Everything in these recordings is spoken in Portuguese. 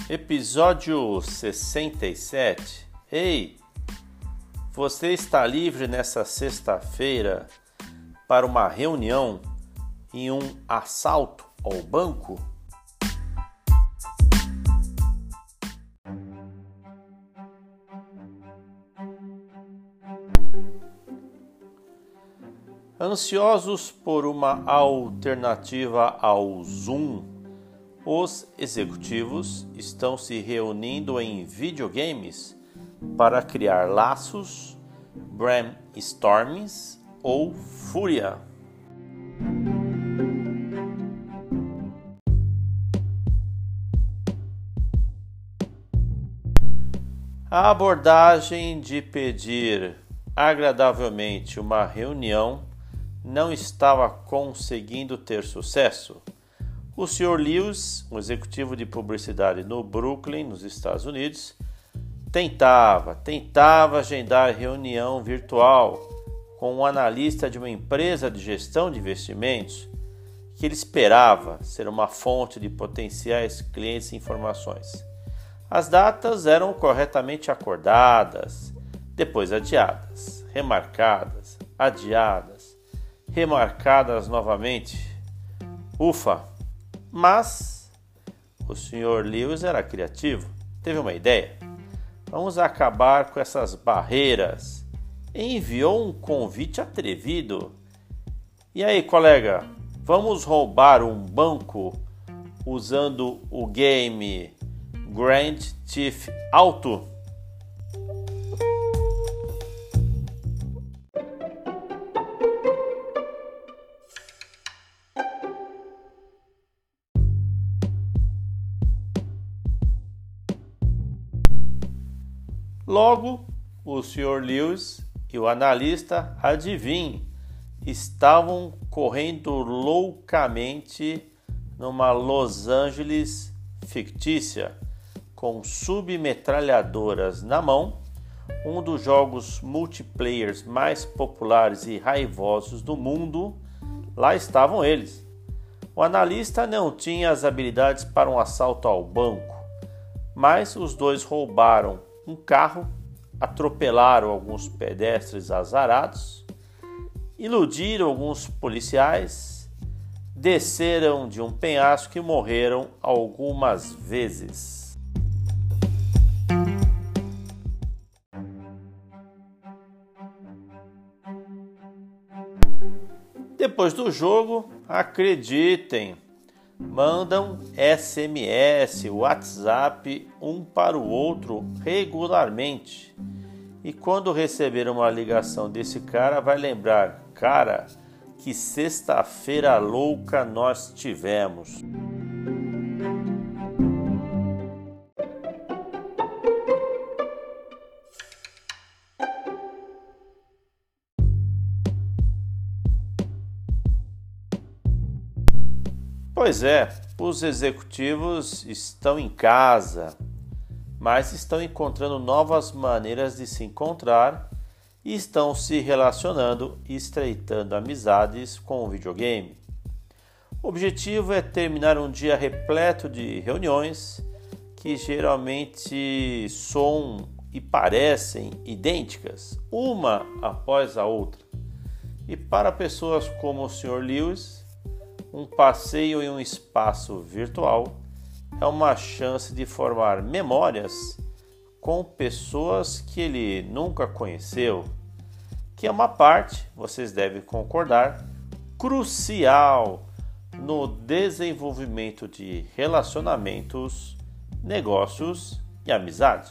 Episódio 67. Ei, você está livre nessa sexta-feira para uma reunião em um assalto ao banco? Ansiosos por uma alternativa ao Zoom, os executivos estão se reunindo em videogames para criar laços, brainstormings ou fúria. A abordagem de pedir agradavelmente uma reunião não estava conseguindo ter sucesso. O Sr. Lewis, um executivo de publicidade no Brooklyn, nos Estados Unidos, tentava agendar reunião virtual com um analista de uma empresa de gestão de investimentos que ele esperava ser uma fonte de potenciais clientes e informações. As datas eram corretamente acordadas, depois adiadas, remarcadas, adiadas, remarcadas novamente. Ufa! Mas o Sr. Lewis era criativo, teve uma ideia. Vamos acabar com essas barreiras. Enviou um convite atrevido. E aí, colega, vamos roubar um banco usando o game Grand Theft Auto? Logo, o Sr. Lewis e o analista, adivinhem, estavam correndo loucamente numa Los Angeles fictícia, com submetralhadoras na mão, um dos jogos multiplayers mais populares e raivosos do mundo. Lá estavam eles. O analista não tinha as habilidades para um assalto ao banco, mas os dois roubaram um carro, atropelaram alguns pedestres azarados, iludiram alguns policiais, desceram de um penhasco e morreram algumas vezes. Depois do jogo, acreditem, mandam SMS, WhatsApp um para o outro regularmente. E quando receber uma ligação desse cara, vai lembrar, cara, que sexta-feira louca nós tivemos. Pois é, os executivos estão em casa, mas estão encontrando novas maneiras de se encontrar e estão se relacionando e estreitando amizades com o videogame. O objetivo é terminar um dia repleto de reuniões que geralmente soam e parecem idênticas, uma após a outra. E para pessoas como o Sr. Lewis, um passeio em um espaço virtual é uma chance de formar memórias com pessoas que ele nunca conheceu, que é uma parte, vocês devem concordar, crucial no desenvolvimento de relacionamentos, negócios e amizade.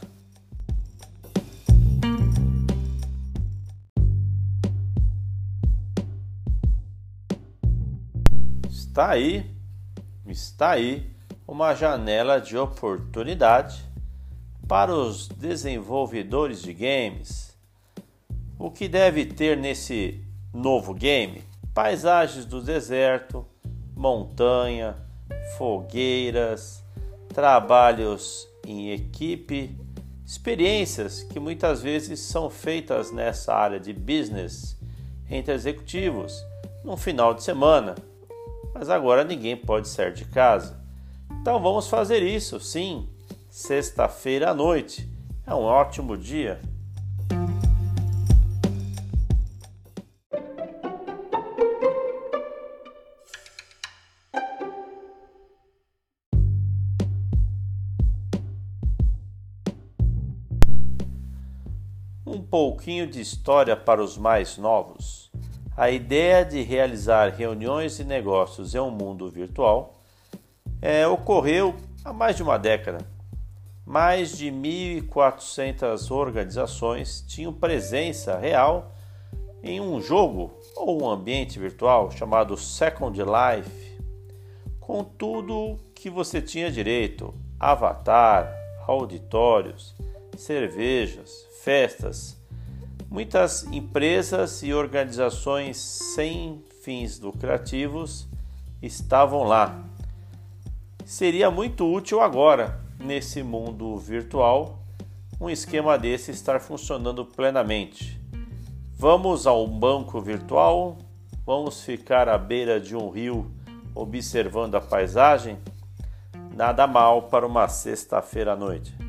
Está aí uma janela de oportunidade para os desenvolvedores de games. O que deve ter nesse novo game? Paisagens do deserto, montanha, fogueiras, trabalhos em equipe, experiências que muitas vezes são feitas nessa área de business entre executivos no final de semana. Mas agora ninguém pode sair de casa. Então vamos fazer isso, sim, sexta-feira à noite. É um ótimo dia. Um pouquinho de história para os mais novos. A ideia de realizar reuniões de negócios em um mundo virtual ocorreu há mais de uma década. Mais de 1.400 organizações tinham presença real em um jogo ou um ambiente virtual chamado Second Life, com tudo que você tinha direito: avatar, auditórios, cervejas, festas. Muitas empresas e organizações sem fins lucrativos estavam lá. Seria muito útil agora, nesse mundo virtual, um esquema desse estar funcionando plenamente. Vamos a um banco virtual? Vamos ficar à beira de um rio observando a paisagem? Nada mal para uma sexta-feira à noite.